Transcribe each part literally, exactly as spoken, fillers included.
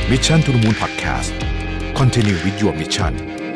Mission to the Moon Podcast Continue with your mission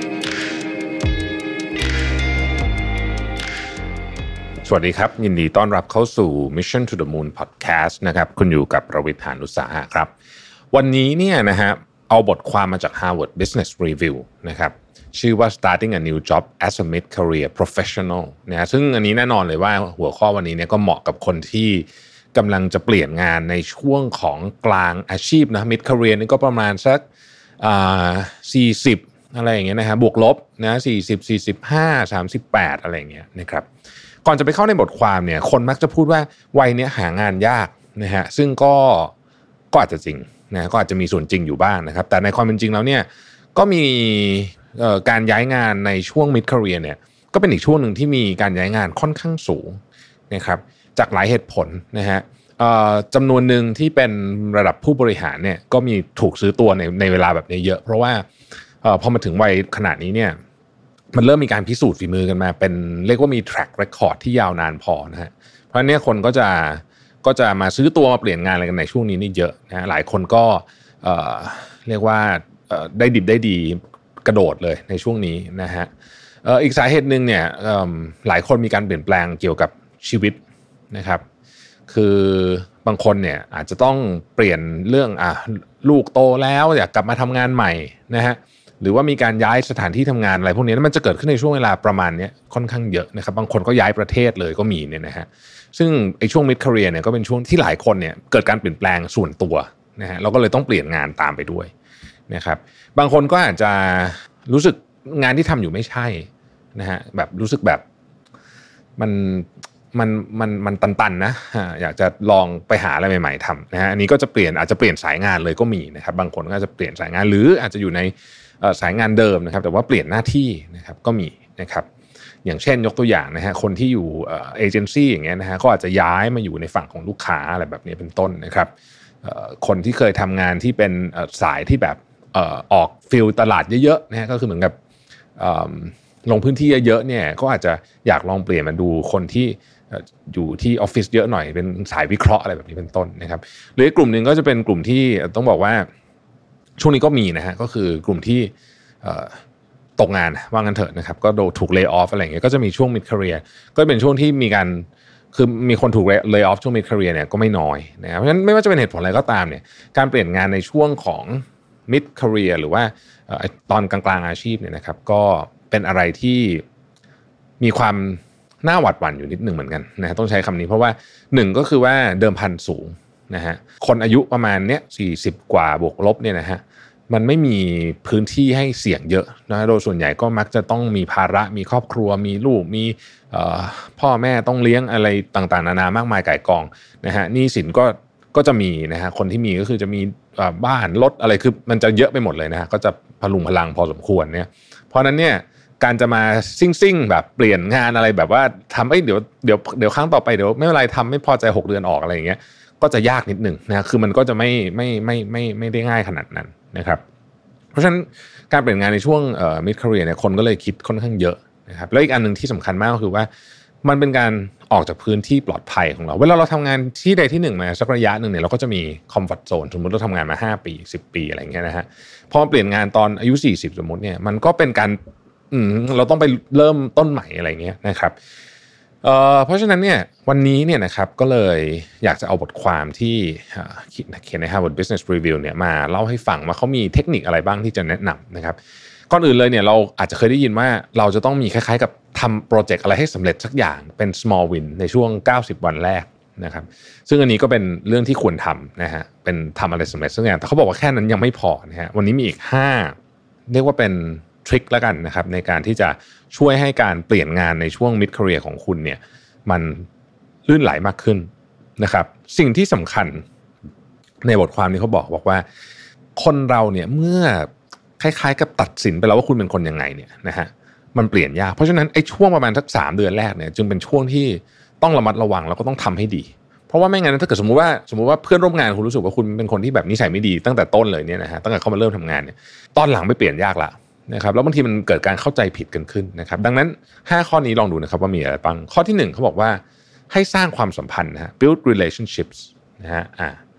สวัสดีครับยินดีต้อนรับเข้าสู่ Mission to the Moon Podcast นะครับคุณอยู่กับประวิทย์ หาญอุตสาหะครับวันนี้เนี่ยนะฮะเอาบทความมาจาก Harvard Business Review นะครับชื่อว่า Starting a New Job as a Mid-Career Professional นะซึ่งอันนี้แน่นอนเลยว่าหัวข้อวันนี้เนี่ยก็เหมาะกับคนที่กำลังจะเปลี่ยนงานในช่วงของกลางอาชีพนะ Mid-Career นี่ก็ประมาณสักอ่าสี่สิบอะไรอย่างเงี้ยนะฮะบวกลบนะสี่สิบ สี่สิบห้า สามสิบแปดอะไรอย่างเงี้ยนะครับก่อนจะไปเข้าในบทความเนี่ยคนมักจะพูดว่าวัยเนี้ยหางานยากนะฮะซึ่งก็ก็อาจจะจริงนะก็อาจจะมีส่วนจริงอยู่บ้างนะครับแต่ในความเป็นจริงแล้วเนี่ยก็มีเอ่อการย้ายงานในช่วง mid career เนี่ยก็เป็นอีกช่วงหนึ่งที่มีการย้ายงานค่อนข้างสูงนะครับจากหลายเหตุผลนะฮะเอ่อจำนวนหนึ่งที่เป็นระดับผู้บริหารเนี่ยก็มีถูกซื้อตัวในในเวลาแบบนี้เยอะเพราะว่าเอ่อพอมาถึงวัยขนาดนี้เนี่ยมันเริ่มมีการพิสูจน์ฝีมือกันมาเป็นเรียกว่ามี track record ที่ยาวนานพอนะฮะเพราะฉะนั้นคนก็จะก็จะมาซื้อตัวมาเปลี่ยนงานอะไรกันในช่วงนี้นี่เยอะนะหลายคนก็เอ่อเรียกว่าเอ่อได้ดิบได้ดีกระโดดเลยในช่วงนี้นะฮะเอ่ออีกสาเหตุหนึ่งเนี่ยเอ่อหลายคนมีการเปลี่ยนแปลงเกี่ยวกับชีวิตนะครับคือบางคนเนี่ยอาจจะต้องเปลี่ยนเรื่องอ่ะลูกโตแล้วอยากกลับมาทำงานใหม่นะฮะหรือว่ามีการย้ายสถานที่ทำงานอะไรพวกนี้มันจะเกิดขึ้นในช่วงเวลาประมาณนี้ค่อนข้างเยอะนะครับบางคนก็ย้ายประเทศเลยก็มีเนี่ยนะฮะซึ่งไอ้ช่วง mid career เนี่ยก็เป็นช่วงที่หลายคนเนี่ยเกิดการเปลี่ยนแปลงส่วนตัวนะฮะเราก็เลยต้องเปลี่ยนงานตามไปด้วยนะครับบางคนก็อาจจะรู้สึกงานที่ทำอยู่ไม่ใช่นะฮะแบบรู้สึกแบบมันมันมันมันตันๆนะอยากจะลองไปหาอะไรใหม่ๆทำนะฮะอันนี้ก็จะเปลี่ยนอาจจะเปลี่ยนสายงานเลยก็มีนะครับบางคนก็อาจจะเปลี่ยนสายงานหรืออาจจะอยู่ในสายงานเดิมนะครับแต่ว่าเปลี่ยนหน้าที่นะครับก็มีนะครับอย่างเช่นยกตัวอย่างนะฮะคนที่อยู่เอเจนซี่อย่างเงี้ยนะฮะก็อาจจะย้ายมาอยู่ในฝั่งของลูกค้าอะไรแบบนี้เป็นต้นนะครับคนที่เคยทำงานที่เป็นสายที่แบบออกฟิลตลาดเยอะๆนะฮะก็คือเหมือนกับลงพื้นที่เยอะๆเนี่ยก็อาจจะอยากลองเปลี่ยนมาดูคนที่อยู่ที่ออฟฟิศเยอะหน่อยเป็นสายวิเคราะห์อะไรแบบนี้เป็นต้นนะครับหรืออีกกลุ่มหนึ่งก็จะเป็นกลุ่มที่ต้องบอกว่าช่วงนี้ก็มีนะฮะก็คือกลุ่มที่ตกงานว่างั้นเถอะนะครับก็โดนถูก lay off อะไรอย่างเงี้ยก็จะมีช่วง mid career ก็เป็นช่วงที่มีการคือมีคนถูก lay off ช่วง mid career เนี่ยก็ไม่น้อยนะครับเพราะฉะนั้นไม่ว่าจะเป็นเหตุผลอะไรก็ตามเนี่ยการเปลี่ยนงานในช่วงของ mid career หรือว่าตอนกลางๆอาชีพเนี่ยนะครับก็เป็นอะไรที่มีความน่าหวาดหวั่นอยู่นิดหนึ่งเหมือนกันนะต้องใช้คำนี้เพราะว่าหนึ่งก็คือว่าเดิมพันสูงนะฮะคนอายุประมาณเนี้ยสี่สิบกว่าบวกลบเนี่ยนะฮะมันไม่มีพื้นที่ให้เสี่ยงเยอะนะโดยส่วนใหญ่ก็มักจะต้องมีภาระมีครอบครัวมีลูกมีพ่อแม่ต้องเลี้ยงอะไรต่างๆนานามากมายก่ายกองนะฮะหนี้สินก็ก็จะมีนะฮะคนที่มีก็คือจะมีบ้านรถอะไรคือมันจะเยอะไปหมดเลยนะฮะก็จะพลุงพลังพอสมควรเนี่ยเพราะนั้นเนี่ยการจะมาซิ่งๆแบบเปลี่ยนงานอะไรแบบว่าทำเอ้ยเดี๋ยวเดี๋ยวเดี๋ยวครั้งต่อไปเดี๋ยวไม่เป็นไรทำไม่พอใจหกเดือนออกอะไรอย่างเงี้ยก็จะยากนิดหนึ่งนะคือมันก็จะไม่ไม่ไม่ไม่ไม่ได้ง่ายขนาดนั้นนะครับเพราะฉะนั้นการเปลี่ยนงานในช่วงเอ่อ mid career เนี่ยคนก็เลยคิดค่อนข้างเยอะนะครับแล้วอีกอันนึงที่สำคัญมากก็คือว่ามันเป็นการออกจากพื้นที่ปลอดภัยของเราเวลาเราทำงานที่ใดที่หนึ่งมาสักระยะหนึ่งเนี่ยเราก็จะมี comfort zone สมมติเราทำงานมาห้าปีสิบปีอะไรอย่างเงี้ยนะฮะพอเปลี่ยนงานตอนอายุสี่สิบสมมติเนี่ยมันก็เป็นการอืมเราต้องไปเริ่มต้นใหม่อะไรเงี้ยนะครับเอ่อเพราะฉะนั้นเนี่ยวันนี้เนี่ยนะครับก็เลยอยากจะเอาบทความที่เขียนใน Harvard Business Review เนี่ยมาเล่าให้ฟังว่าเขามีเทคนิคอะไรบ้างที่จะแนะนำนะครับก่อนอื่นเลยเนี่ยเราอาจจะเคยได้ยินว่าเราจะต้องมีคล้ายๆกับทำโปรเจกต์อะไรให้สำเร็จสักอย่างเป็น small win ในช่วงเก้าสิบวันแรกนะครับซึ่งอันนี้ก็เป็นเรื่องที่ควรทำนะฮะเป็นทำอะไรสำเร็จสักอย่างแต่เขาบอกว่าแค่นั้นยังไม่พอนะฮะวันนี้มีอีกห้าเรียกว่าเป็นทริคแล้วกันนะครับในการที่จะช่วยให้การเปลี่ยนงานในช่วง mid career ของคุณเนี่ยมันลื่นไหลมากขึ้นนะครับสิ่งที่สำคัญในบทความนี้เขาบอกบอกว่าคนเราเนี่ยเมื่อคล้ายๆกับตัดสินไปแล้วว่าคุณเป็นคนยังไงเนี่ยนะฮะมันเปลี่ยนยากเพราะฉะนั้นไอ้ช่วงประมาณสักสามเดือนแรกเนี่ยจึงเป็นช่วงที่ต้องระมัดระวังแล้วก็ต้องทำให้ดีเพราะว่าไม่งั้นถ้าเกิดสมมุติว่าสมมุติว่าเพื่อนร่วมงานคุณรู้สึกว่าคุณเป็นคนที่แบบนิสัยไม่ดีตั้งแต่ต้นเลยเนี่ยนะฮะตั้งแต่เข้ามาเริ่มทำงานเนี่ยตอนหลังไปเปลี่ยนยากละนะครับแล้วบางทีมันเกิดการเข้าใจผิดกันขึ้นนะครับดังนั้นห้าข้อนี้ลองดูนะครับว่ามีอะไรบ้างข้อที่หนึ่งเขาบอกว่าให้สร้างความสัมพันธ์นะฮะ build relationships นะฮะอ่า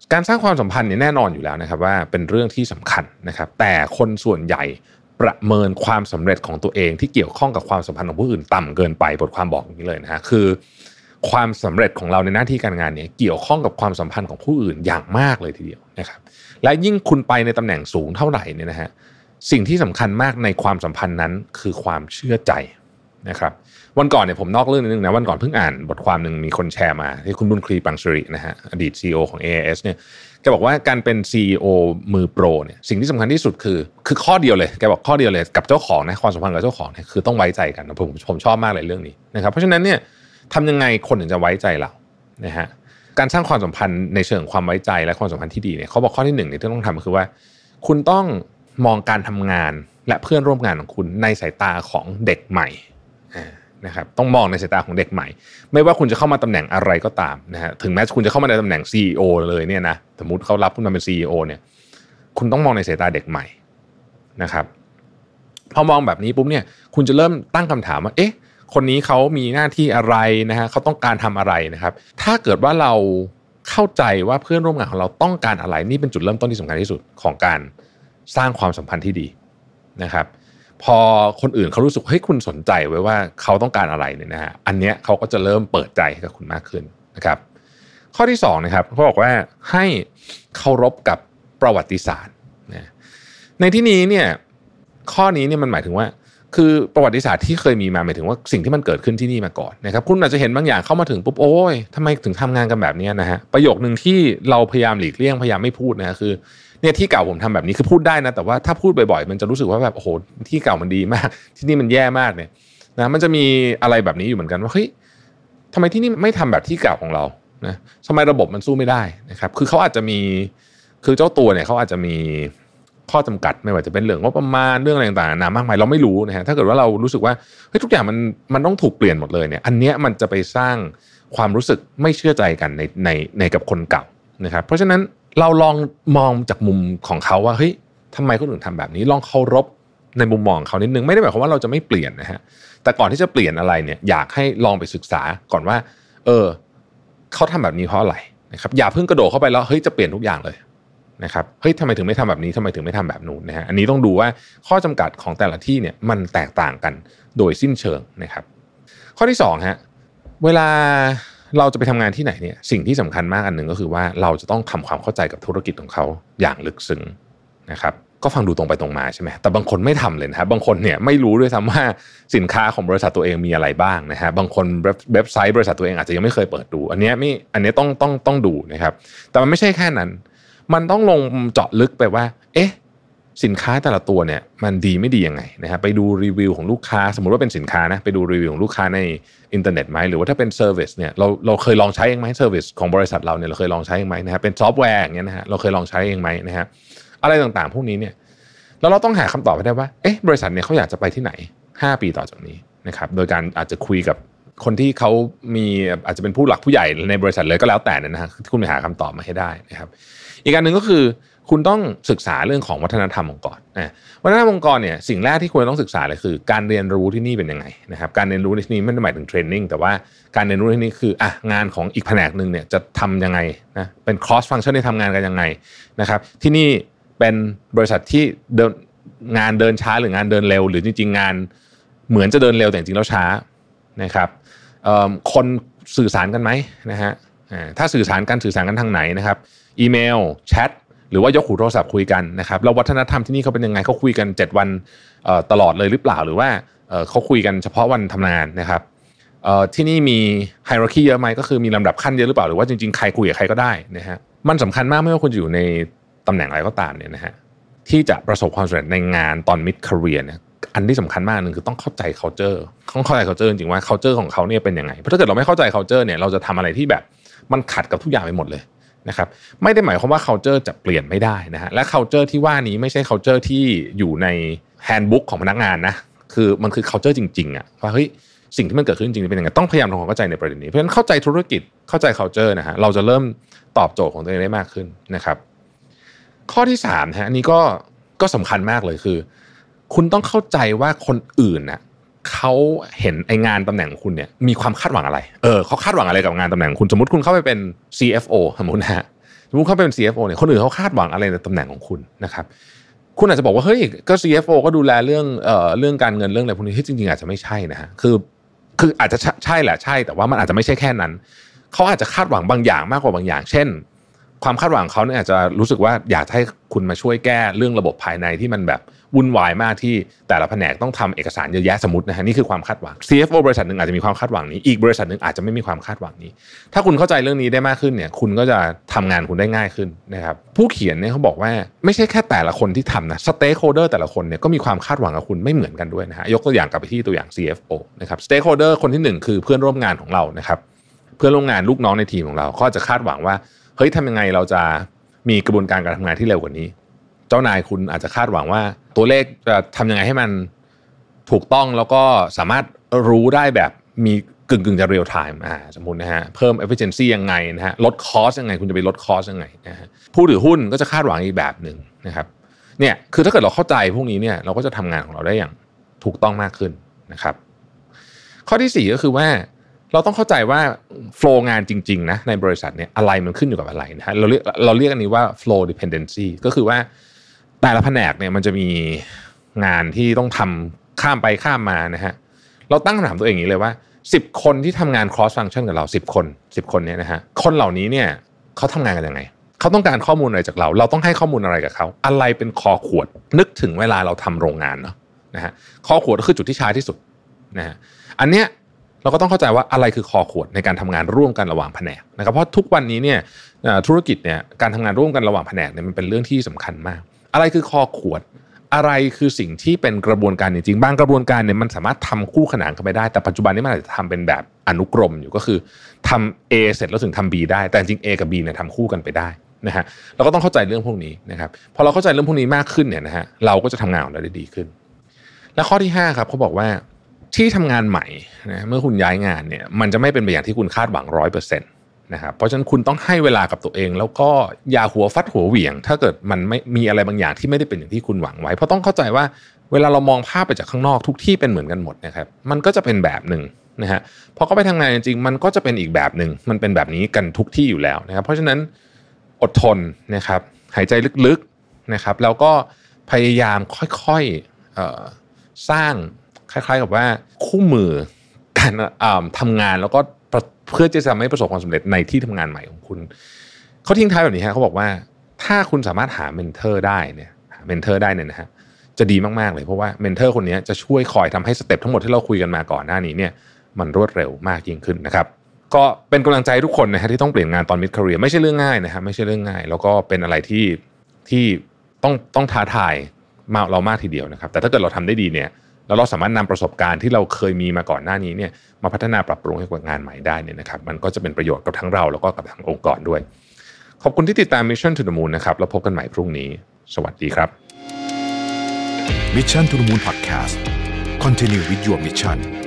การสร้างความสัมพันธ์เนี่ยแน่นอนอยู่แล้วนะครับว่าเป็นเรื่องที่สำคัญนะครับแต่คนส่วนใหญ่ประเมินความสำเร็จของตัวเองที่เกี่ยวข้องกับความสัมพันธ์ของผู้อื่นต่ำเกินไปบทความบอกอย่างนี้เลยนะฮะคือความสำเร็จของเราในหน้าที่การงานเนี่ยเกี่ยวข้องกับความสัมพันธ์ของผู้อื่นอย่างมากเลยทีเดียวนะครับและยิ่งคุณไปในตำแหน่งสูงเท่าไหร่เนี่ยนะฮะสิ่งที่สำคัญมากในความสัมพันธ์นั้นคือความเชื่อใจนะครับวันก่อนเนี่ยผมนอกเรื่องนิดนึงนะวันก่อนเพิ่งอ่านบทความนึงมีคนแชร์มาที่คุณบุญคลีปังสุรินะฮะอดีต ซี อี โอ ของ เอ เอ เอส เนี่ยแกบอกว่าการเป็น ซี อี โอ มือโปรเนี่ยสิ่งที่สำคัญที่สุดคือคือข้อเดียวเลยแกบอกข้อเดียวเลยกับเจ้าของนะความสัมพันธ์กับเจ้าของเนี่ยคือต้องไว้ใจกันนะผมผมชอบมากเลยเรื่องนี้นะครับเพราะฉะนั้นเนี่ยทำยังไงคนถึงจะไว้ใจเรานะฮะการสร้างความสัมพันธ์ในเชิงความไว้ใจและความสัมพันธ์ที่ดีเนี่ยเขาบอกข้อที่หนึ่งเนี่ยที่ต้องทำคือว่าคุณต้องมองการทำงานและเพื่อนร่วมงานของคุณในสายตาของเด็กใหม่นะครับต้องมองในสายตาของเด็กใหม่ไม่ว่าคุณจะเข้ามาตำแหน่งอะไรก็ตามนะฮะถึงแม้คุณจะเข้ามาในตำแหน่ง ซี อี โอ เลยเนี่ยนะสมมุติเขารับคุณมาเป็น ซี อี โอ เนี่ยคุณต้องมองในสายตาเด็กใหม่นะครับพอมองแบบนี้ปุ๊บเนี่ยคุณจะเริ่มตั้งคำถามว่าเอ๊ะคนนี้เขามีหน้าที่อะไรนะฮะเขาต้องการทำอะไรนะครับถ้าเกิดว่าเราเข้าใจว่าเพื่อนร่วมงานของเราต้องการอะไรนี่เป็นจุดเริ่มต้นที่สำคัญที่สุดของการสร้างความสัมพันธ์ที่ดีนะครับพอคนอื่นเขารู้สึกเฮ้ยคุณสนใจไว้ว่าเขาต้องการอะไรเนี่ยนะฮะอันเนี้ยเขาก็จะเริ่มเปิดใจให้กับคุณมากขึ้นนะครับข้อที่สองนะครับเขาบอกว่าให้เคารพกับประวัติศาสตร์นะในที่นี้เนี่ยข้อนี้เนี่ยมันหมายถึงว่าคือประวัติศาสตร์ที่เคยมีมาหมายถึงว่าสิ่งที่มันเกิดขึ้นที่นี่มาก่อนนะครับคุณอาจจะเห็นบางอย่างเข้ามาถึงปุ๊บโอ้ยทำไมถึงทำงานกันแบบนี้นะฮะประโยคนึงที่เราพยายามหลีกเลี่ยงพยายามไม่พูดนะคือเนี่ยที่เก่าผมทำแบบนี้คือพูดได้นะแต่ว่าถ้าพูดบ่อยๆมันจะรู้สึกว่าแบบโอ้โหที่เก่ามันดีมากที่นี่มันแย่มากเนี่ยนะมันจะมีอะไรแบบนี้อยู่เหมือนกันว่าเฮ้ยทำไมที่นี่ไม่ทำแบบที่เก่าของเรานะทำไมระบบมันสู้ไม่ได้นะครับคือเขาอาจจะมีคือเจ้าตัวเนี่ยเขาอาจจะมีข้อจำกัดไม่ว่าจะเป็นเรื่องงบประมาณเรื่องอะไรต่างๆนามากมายเราไม่รู้นะฮะถ้าเกิดว่าเรารู้สึกว่าเฮ้ยทุกอย่างมันมันต้องถูกเปลี่ยนหมดเลยเนี่ยอันเนี้ยมันจะไปสร้างความรู้สึกไม่เชื่อใจกันในในในกับคนเก่านะครับเพราะฉะนั้นเราลองมองจากมุมของเขาว่าเฮ้ยทำไมคนอื่นทำแบบนี้ลองเคารพในมุมมองเขานิดนึงไม่ได้หมายความว่าเราจะไม่เปลี่ยนนะฮะแต่ก่อนที่จะเปลี่ยนอะไรเนี่ยอยากให้ลองไปศึกษาก่อนว่าเออเขาทำแบบนี้เพราะอะไรนะครับอย่าเพิ่งกระโดดเข้าไปแล้วเฮ้ยจะเปลี่ยนทุกอย่างเลยนะครับเฮ้ยทำไมถึงไม่ทำแบบนี้ทำไมถึงไม่ทำแบบนู้นนะฮะอันนี้ต้องดูว่าข้อจำกัดของแต่ละที่เนี่ยมันแตกต่างกันโดยสิ้นเชิงนะครับข้อที่สองฮะเวลาเราจะไปทำงานที่ไหนเนี่ยสิ่งที่สำคัญมากอันหนึ่งก็คือว่าเราจะต้องทำความเข้าใจกับธุรกิจของเขาอย่างลึกซึ้งนะครับก็ฟังดูตรงไปตรงมาใช่ไหมแต่บางคนไม่ทำเลยนะครับบางคนเนี่ยไม่รู้ด้วยซ้ำว่าสินค้าของบริษัทตัวเองมีอะไรบ้างนะฮะบางคนเว็บไซต์บริษัทตัวเองอาจจะยังไม่เคยเปิดดูอันนี้ไม่อันนี้ต้องต้องต้องดูนะครับแต่มันไม่ใช่แค่นั้นมันต้องลงเจาะลึกไปว่าเอ๊ะสินค้าแต่ละตัวเนี่ยมันดีไม่ดียังไงนะฮะไปดูรีวิวของลูกค้าสมมุติว่าเป็นสินค้านะไปดูรีวิวของลูกค้าในอินเทอร์เน็ตไหมหรือว่าถ้าเป็นเซอร์วิสเนี่ยเราเราเคยลองใช้เองไหมเซอร์วิสของบริษัทเราเนี่ยเราเคยลองใช้เองไหมนะฮะเป็นซอฟต์แวร์อย่างเงี้ยนะฮะเราเคยลองใช้เองไหมนะฮะอะไรต่างๆพวกนี้เนี่ยแล้วเราต้องหาคำตอบให้ได้ว่าเอ๊ะบริษัทเนี่ยเขาอยากจะไปที่ไหนห้าปีต่อจากนี้นะครับโดยการอาจจะคุยกับคนที่เขามีอาจจะเป็นผู้หลักผู้ใหญ่ในบริษัทเลยก็แล้วแต่นะฮะที่คุณไปหาคำตอบมาให้ได้นะครับอีกการหนึ่งก็คือคุณต้องศึกษาเรื่องของวัฒนธรรมองค์กรนะวัฒนธรรมองค์กรเนี่ยสิ่งแรกที่คุณต้องศึกษาเลยคือการเรียนรู้ที่นี่เป็นยังไงนะครับการเรียนรู้ที่นี่ไม่ได้หมายถึงเทรนนิ่งแต่ว่าการเรียนรู้ที่นี่คืออ่ะงานของอีกแผนกนึงเนี่ยจะทำยังไงนะเป็น cross function ที่ทำงานกันยังไงนะครับที่นี่เป็นบริษัทที่เดินงานเดินช้าหรืองานเดินเร็วหรือจริงๆงานเหมือนจะเดินเร็วแต่จริงๆแล้วช้านะครับคนสื่อสารกันไหมนะฮะถ้าสื่อสารกันสื่อสารกันทางไหนนะครับอีเมลแชทหรือว่ายกหูโทรศัพท์คุยกันนะครับแล้ววัฒนธรรมที่นี่เขาเป็นยังไงเขาคุยกันเจ็ดวันตลอดเลยหรือเปล่าหรือว่าเขาคุยกันเฉพาะวันทำงานนะครับที่นี่มีไฮรัคีเยอะไหมก็คือมีลำดับขั้นเยอะหรือเปล่าหรือว่าจริงๆใครคุยกับใครก็ได้นะฮะมันสำคัญมากไม่ว่าคุณจะอยู่ในตำแหน่งอะไรก็ตามเนี่ยนะฮะที่จะประสบความสำเร็จในงานตอน mid career เนี่ยอันที่สำคัญมากนึงคือต้องเข้าใจ culture ต้องเข้าใจ culture จริงๆว่า culture ของเขาเนี่ยเป็นยังไงเพราะถ้าเกิดเราไม่เข้าใจ culture เนี่ยเราจะทำอะไรที่แบบมันขัดกับทุกอย่างไปหมดเลยนะครับไม่ได้หมายความว่า culture จะเปลี่ยนไม่ได้นะฮะและ culture ที่ว่านี้ไม่ใช่ culture ที่อยู่ใน handbook ของพนักงานนะคือมันคือ culture จริงๆอ่ะว่าเฮ้ยสิ่งที่มันเกิดขึ้นจริงๆเป็นยังไงต้องพยายามทำความเข้าใจในประเด็นนี้เพราะฉะนั้นเข้าใจธุรกิจเข้าใจ culture นะฮะเราจะเริ่มตอบโจทย์ของตัวเองได้มากขึ้นนะครับข้อที่สามฮะอันนี้ก็ก็สำคัญมากเลยคือคุณต้องเข้าใจว่าคนอื่นน่ะเขาเห็นไองานตำแหน่งของคุณเนี่ยมีความคาดหวังอะไรเออเขาคาดหวังอะไรกับงานตำแหน่งคุณสมมติคุณเข้าไปเป็น ซี เอฟ โอ สมมตินะฮะสมสมมุติเขาเป็น ซี เอฟ โอ เนี่ยคนอื่นเขาคาดหวังอะไรในตำแหน่งของคุณนะครับคุณอาจจะบอกว่าเฮ้ยก็ ซี เอฟ โอ ก็ดูแลเรื่องเอ่อเรื่องการเงินเรื่องอะไรพวกนี้ที่จริงๆอาจจะไม่ใช่นะฮะคือคืออาจจะใช่แหละใช่แต่ว่ามันอาจจะไม่ใช่แค่นั้นเขาอาจจะคาดหวังบางอย่างมากกว่าบางอย่างเช่นความคาดหวังเขาเนี่ยอาจจะรู้สึกว่าอยากให้คุณมาช่วยแก้เรื่องระบบภายในที่มันแบบวุ่นวายมากที่แต่ละแผนกต้องทำเอกสารเยอะแยะสมมตินะฮะนี่คือความคาดหวัง ซี เอฟ โอ บริษัทหนึ่งอาจจะมีความคาดหวังนี้อีกบริษัทหนึ่งอาจจะไม่มีความคาดหวังนี้ถ้าคุณเข้าใจเรื่องนี้ได้มากขึ้นเนี่ยคุณก็จะทำงานคุณได้ง่ายขึ้นนะครับผู้เขียนเนี่ยเขาบอกว่าไม่ใช่แค่แต่ละคนที่ทำนะสเต็กโฮลเดอร์แต่ละคนเนี่ยก็มีความคาดหวังกับคุณไม่เหมือนกันด้วยนะฮะยกตัวอย่างกลับไปที่ตัวอย่าง ซี เอฟ โอ นะครับสเต็กโฮลเดอร์คนที่หนึ่งคือเพื่อนร่วมงานของเรานะครับเพื่อนร่วมงานลูกน้องในทีมของเราก็จะคาดหวังว่าเฮ้ยทำยังไงเราจะมีกระบวนการการทำงานที่เร็วกว่านี้เจ้านายคุณอาจจะคาดหวังว่าตัวเลขจะทำยังไงให้มันถูกต้องแล้วก็สามารถรู้ได้แบบมีกึ่งกึ่งจะ real time อ่าสมมุตินะฮะเพิ่ม efficiency ยังไงนะฮะลด cost ยังไงคุณจะไปลด cost ยังไงนะฮะผู้ถือหุ้นก็จะคาดหวังอีกแบบนึงนะครับเนี่ยคือถ้าเกิดเราเข้าใจพวกนี้เนี่ยเราก็จะทำงานของเราได้อย่างถูกต้องมากขึ้นนะครับข้อที่สี่ก็คือว่าเราต้องเข้าใจว่า flow งานจริงๆนะในบริษัทเนี่ยอะไรมันขึ้นอยู่กับอะไรนะฮะเราเรียกเราเรียกอันนี้ว่า flow dependency ก็คือว่าแต่ละแผนกเนี่ยมันจะมีงานที่ต้องทำข้ามไปข้ามมานะฮะเราตั้งคำถามตัวเองอย่างนี้เลยว่าสิบคนที่ทำงาน cross function กับเราสิบคนสิบคนเนี่ยนะฮะคนเหล่านี้เนี่ยเขาทำงานกันยังไงเขาต้องการข้อมูลอะไรจากเราเราต้องให้ข้อมูลอะไรกับเขาอะไรเป็นคอขวดนึกถึงเวลาเราทำโรงงานเนาะนะฮะคอขวดก็คือจุดที่ช้าที่สุดนะฮะอันเนี้ยเราก็ต้องเข้าใจว่าอะไรคือคอขวดในการทำงานร่วมกันระหว่างแผนกนะครับเพราะทุกวันนี้เนี่ยธุรกิจเนี่ยการทำงานร่วมกันระหว่างแผนกเนี่ยมันเป็นเรื่องที่สำคัญมากอะไรคือคอขวดอะไรคือสิ่งที่เป็นกระบวนการจริงๆบางกระบวนการเนี่ยมันสามารถทำคู่ขนานกันไปได้แต่ปัจจุบันนี้มันอาจจะทำเป็นแบบอนุกรมอยู่ก็คือทำ A เสร็จแล้วถึงทำ B ได้แต่จริง A กับ B เนี่ยทำคู่กันไปได้นะฮะเราก็ต้องเข้าใจเรื่องพวกนี้นะครับพอเราเข้าใจเรื่องพวกนี้มากขึ้นเนี่ยนะฮะเราก็จะทำงานของเราได้ดีขึ้นและข้อที่ห้าครับเขาบอกว่าที่ทำงานใหม่นะเมื่อคุณย้ายงานเนี่ยมันจะไม่เป็นไปอย่างที่คุณคาดหวัง ร้อยเปอร์เซ็นต์ นะครับเพราะฉะนั้นคุณต้องให้เวลากับตัวเองแล้วก็อย่าหัวฟัดหัวเหวี่ยงถ้าเกิดมันไม่มีอะไรบางอย่างที่ไม่ได้เป็นอย่างที่คุณหวังไว้เพราะต้องเข้าใจว่าเวลาเรามองภาพไปจากข้างนอกทุกที่เป็นเหมือนกันหมดนะครับมันก็จะเป็นแบบนึงนะฮะพอเข้าไปทำงานจริงๆมันก็จะเป็นอีกแบบนึงมันเป็นแบบนี้กันทุกที่อยู่แล้วนะครับเพราะฉะนั้นอดทนนะครับหายใจลึกๆนะครับแล้วก็พยายามค่อยๆเอ่อสร้างคล้ายๆกับว่าคู่มือการทำงานแล้วก็เพื่อจะทำให้ประสบความสำเร็จในที่ทำงานใหม่ของคุณเขาทิ้งท้ายแบบนี้ฮะเขาบอกว่าถ้าคุณสามารถหาเมนเทอร์ได้เนี่ยหาเมนเทอร์ได้เนี่ยนะฮะจะดีมากๆเลยเพราะว่าเมนเทอร์คนนี้จะช่วยคอยทำให้สเต็ปทั้งหมดที่เราคุยกันมาก่อนหน้านี้เนี่ยมันรวดเร็วมากยิ่งขึ้นนะครับก็เป็นกำลังใจทุกคนนะฮะที่ต้องเปลี่ยนงานตอนมิดแคเรียร์ไม่ใช่เรื่องง่ายนะฮะไม่ใช่เรื่องง่ายแล้วก็เป็นอะไรที่ที่ต้องต้องท้าทายมาเรามากทีเดียวนะครับแต่ถ้าเกิดเราทำได้ดีเนี่ยแล้วเราสามารถนำประสบการณ์ที่เราเคยมีมาก่อนหน้านี้เนี่ยมาพัฒนาปรับปรุงให้กับงานใหม่ได้เนี่ยนะครับมันก็จะเป็นประโยชน์กับทั้งเราแล้วก็กับทั้งองค์กรด้วยขอบคุณที่ติดตาม Mission to the Moon นะครับแล้วพบกันใหม่พรุ่งนี้สวัสดีครับ Mission to the Moon Podcast Continue with your mission